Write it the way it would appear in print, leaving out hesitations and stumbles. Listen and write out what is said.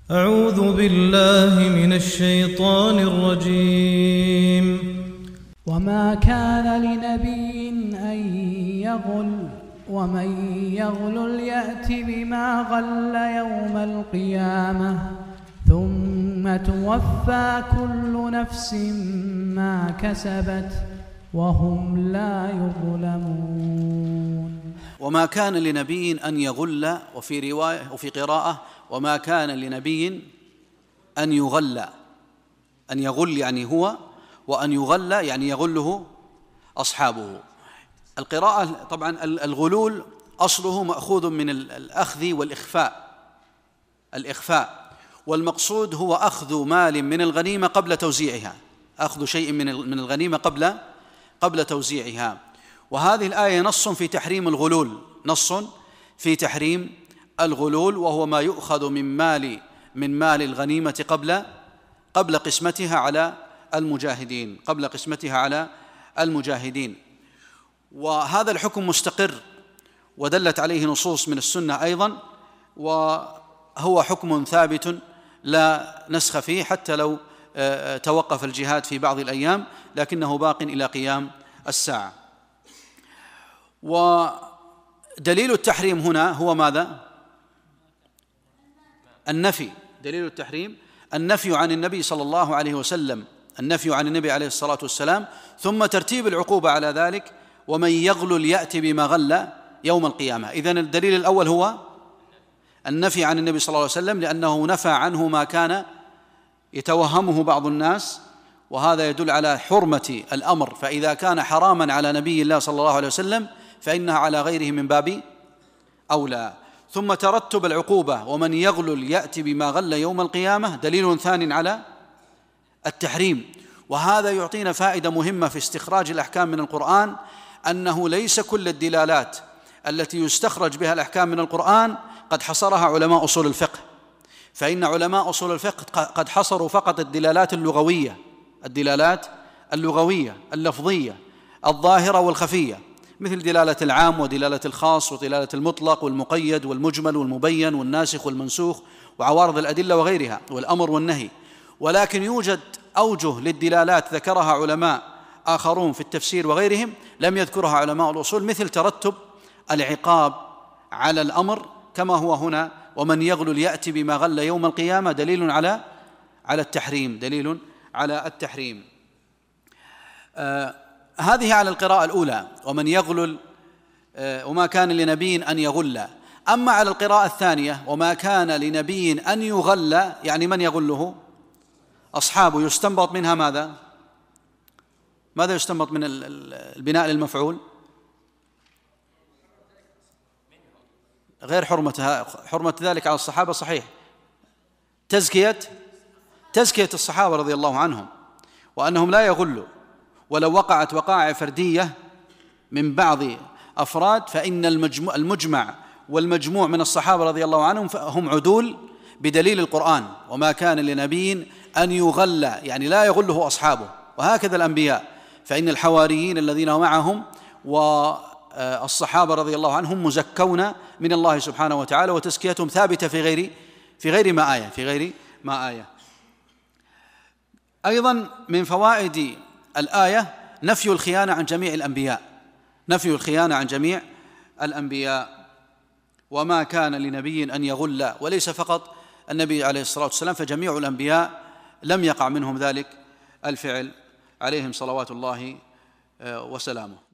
أعوذ بالله من الشيطان الرجيم. وما كان لنبي أن يغل ومن يغل يأت بما غل يوم القيامة ثم توفى كل نفس ما كسبت وهم لا يظلمون. وما كان لنبي أن يغل، وفي رواية وفي قراءة وما كان لنبي أن يغل. أن يغل يعني هو، وأن يغل يعني يغله أصحابه. القراءة طبعا الغلول أصله مأخوذ من الأخذ والإخفاء، والمقصود هو أخذ مال من الغنيمة قبل توزيعها، أخذ شيء من الغنيمة قبل توزيعها. وهذه الآية نص في تحريم الغلول، نص في تحريم الغلول، وهو ما يؤخذ من مال الغنيمة قبل قسمتها على المجاهدين، وهذا الحكم مستقر ودلت عليه نصوص من السنة أيضا، وهو حكم ثابت لا نسخ فيه حتى لو توقف الجهاد في بعض الأيام، لكنه باق إلى قيام الساعة. ودليل التحريم هنا هو ماذا؟ النفي. دليل التحريم النفي عن النبي صلى الله عليه وسلم، النفي عن النبي عليه الصلاة والسلام، ثم ترتيب العقوبة على ذلك: ومن يغلل يأتي بما غل يوم القيامة. إذن الدليل الأول هو النفي عن النبي صلى الله عليه وسلم، لأنه نفى عنه ما كان يتوهمه بعض الناس، وهذا يدل على حرمة الأمر، فإذا كان حراما على نبي الله صلى الله عليه وسلم فإنها على غيره من باب أولى. ثم ترتب العقوبة: ومن يغلل يأتي بما غل يوم القيامة، دليل ثان على التحريم. وهذا يعطينا فائدة مهمة في استخراج الأحكام من القرآن، أنه ليس كل الدلالات التي يستخرج بها الأحكام من القرآن قد حصرها علماء أصول الفقه، فإن علماء أصول الفقه قد حصروا فقط الدلالات اللغوية اللفظية الظاهرة والخفية، مثل دلالة العام ودلالة الخاص ودلالة المطلق والمقيد والمجمل والمبين والناسخ والمنسوخ وعوارض الأدلة وغيرها والأمر والنهي. ولكن يوجد أوجه للدلالات ذكرها علماء آخرون في التفسير وغيرهم لم يذكرها علماء الأصول، مثل ترتب العقاب على الأمر كما هو هنا: ومن يغلل يأتي بما غل يوم القيامة، دليل على التحريم. هذه على القراءة الأولى: ومن يغلل، وما كان لنبي أن يغل. أما على القراءة الثانية: وما كان لنبي أن يغل، يعني من يغله؟ أصحابه. يستنبط منها ماذا يستنبط من البناء للمفعول؟ غير حرمة ذلك على الصحابة، صحيح، تزكية الصحابة رضي الله عنهم، وأنهم لا يغلوا. ولو وقعت وقائع فردية من بعض أفراد فإن المجمع والمجموع من الصحابة رضي الله عنهم هم عدول بدليل القرآن: وما كان لنبي أن يغل، يعني لا يغله أصحابه. وهكذا الأنبياء، فإن الحواريين الذين معهم والصحابة رضي الله عنهم مزكون من الله سبحانه وتعالى، وتزكيتهم ثابتة في غير ما آية. أيضا من فوائد الآية نفي الخيانة عن جميع الأنبياء. وما كان لنبي أن يغل، وليس فقط النبي عليه الصلاة والسلام، فجميع الأنبياء لم يقع منهم ذلك الفعل عليهم صلوات الله وسلامه.